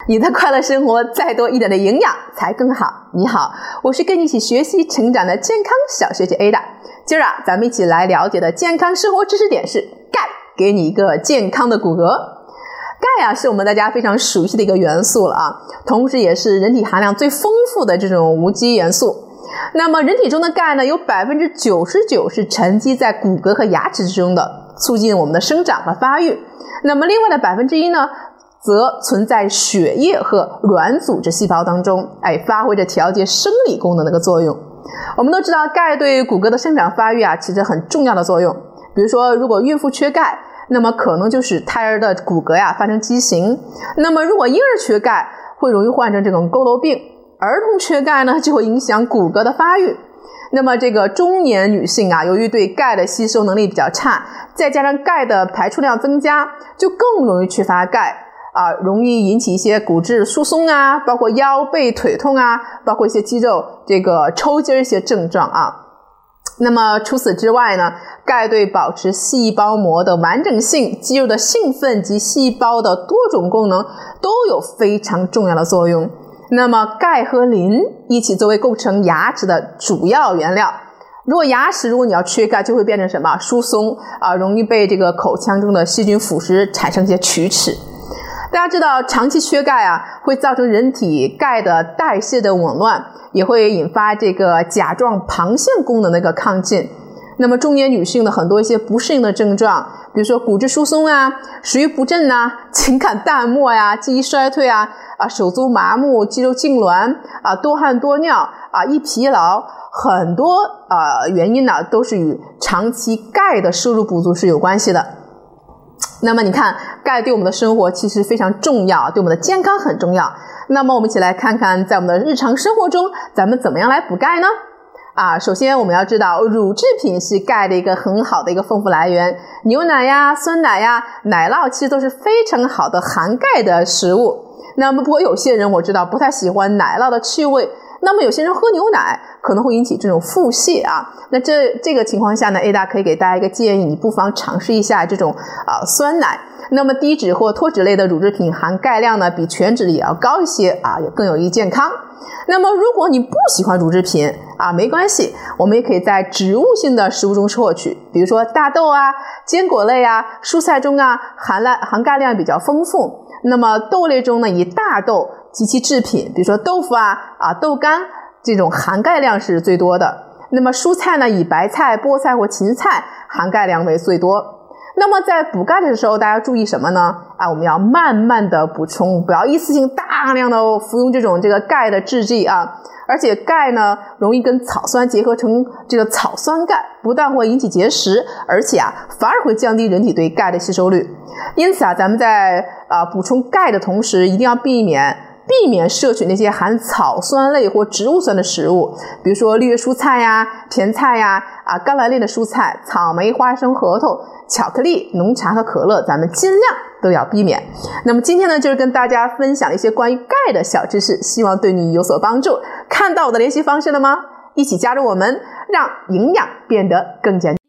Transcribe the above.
你的快乐生活再多一点的营养才更好。你好，我是跟你一起学习成长的健康小学姐 Ada。今儿咱们一起来了解的健康生活知识点是钙，给你一个健康的骨骼。钙是我们大家非常熟悉的一个元素了同时也是人体含量最丰富的这种无机元素。那么人体中的钙呢，有 99% 是沉积在骨骼和牙齿之中的，促进我们的生长和发育。那么另外的 1% 呢，则存在血液和软组织细胞当中，发挥着调节生理功能的一个作用。我们都知道钙对骨骼的生长发育起着很重要的作用。比如说如果孕妇缺钙，那么可能就使胎儿的骨骼发生畸形。那么如果婴儿缺钙，会容易患成这种佝偻病。儿童缺钙呢，就会影响骨骼的发育。那么这个中年女性由于对钙的吸收能力比较差，再加上钙的排出量增加，就更容易缺乏钙容易引起一些骨质疏松包括腰背腿痛包括一些肌肉这个抽筋一些症状那么除此之外呢，钙对保持细胞膜的完整性、肌肉的兴奋及细胞的多种功能都有非常重要的作用。那么钙和磷一起作为构成牙齿的主要原料。如果你要缺钙，就会变成什么？疏松容易被这个口腔中的细菌腐蚀，产生一些龋齿。大家知道长期缺钙会造成人体钙的代谢的紊乱，也会引发这个甲状旁腺功能的一个亢进。那么中年女性的很多一些不适应的症状，比如说骨质疏松食欲不振情感淡漠记忆衰退手足麻木、肌肉痉挛多汗多尿易疲劳，很多原因都是与长期钙的摄入不足是有关系的。那么你看，钙对我们的生活其实非常重要，对我们的健康很重要。那么我们一起来看看在我们的日常生活中咱们怎么样来补钙呢？首先我们要知道乳制品是钙的一个很好的一个丰富来源，牛奶酸奶奶酪其实都是非常好的含钙的食物。那么不过有些人我知道不太喜欢奶酪的气味，那么有些人喝牛奶可能会引起这种腹泻那这个情况下呢 Ada 可以给大家一个建议，你不妨尝试一下这种酸奶。那么低脂或脱脂类的乳制品含钙量呢比全脂也要高一些也更有益健康。那么如果你不喜欢乳制品没关系，我们也可以在植物性的食物中获取，比如说大豆坚果类蔬菜中含钙量比较丰富。那么豆类中呢，以大豆及其制品，比如说豆腐豆干这种含钙量是最多的。那么蔬菜呢，以白菜、菠菜或芹菜含钙量为最多。那么在补钙的时候，大家注意什么呢？我们要慢慢的补充，不要一次性大量的服用这个钙的制剂而且钙呢容易跟草酸结合成这个草酸钙，不但会引起结石，而且反而会降低人体对钙的吸收率。因此咱们在补充钙的同时，一定要避免摄取那些含草酸类或植物酸的食物，比如说绿叶蔬菜甜菜甘蓝类的蔬菜、草莓、花生、核桃、巧克力、浓茶和可乐，咱们尽量都要避免。那么今天呢，就是跟大家分享一些关于钙的小知识，希望对你有所帮助。看到我的联系方式了吗？一起加入我们，让营养变得更简单。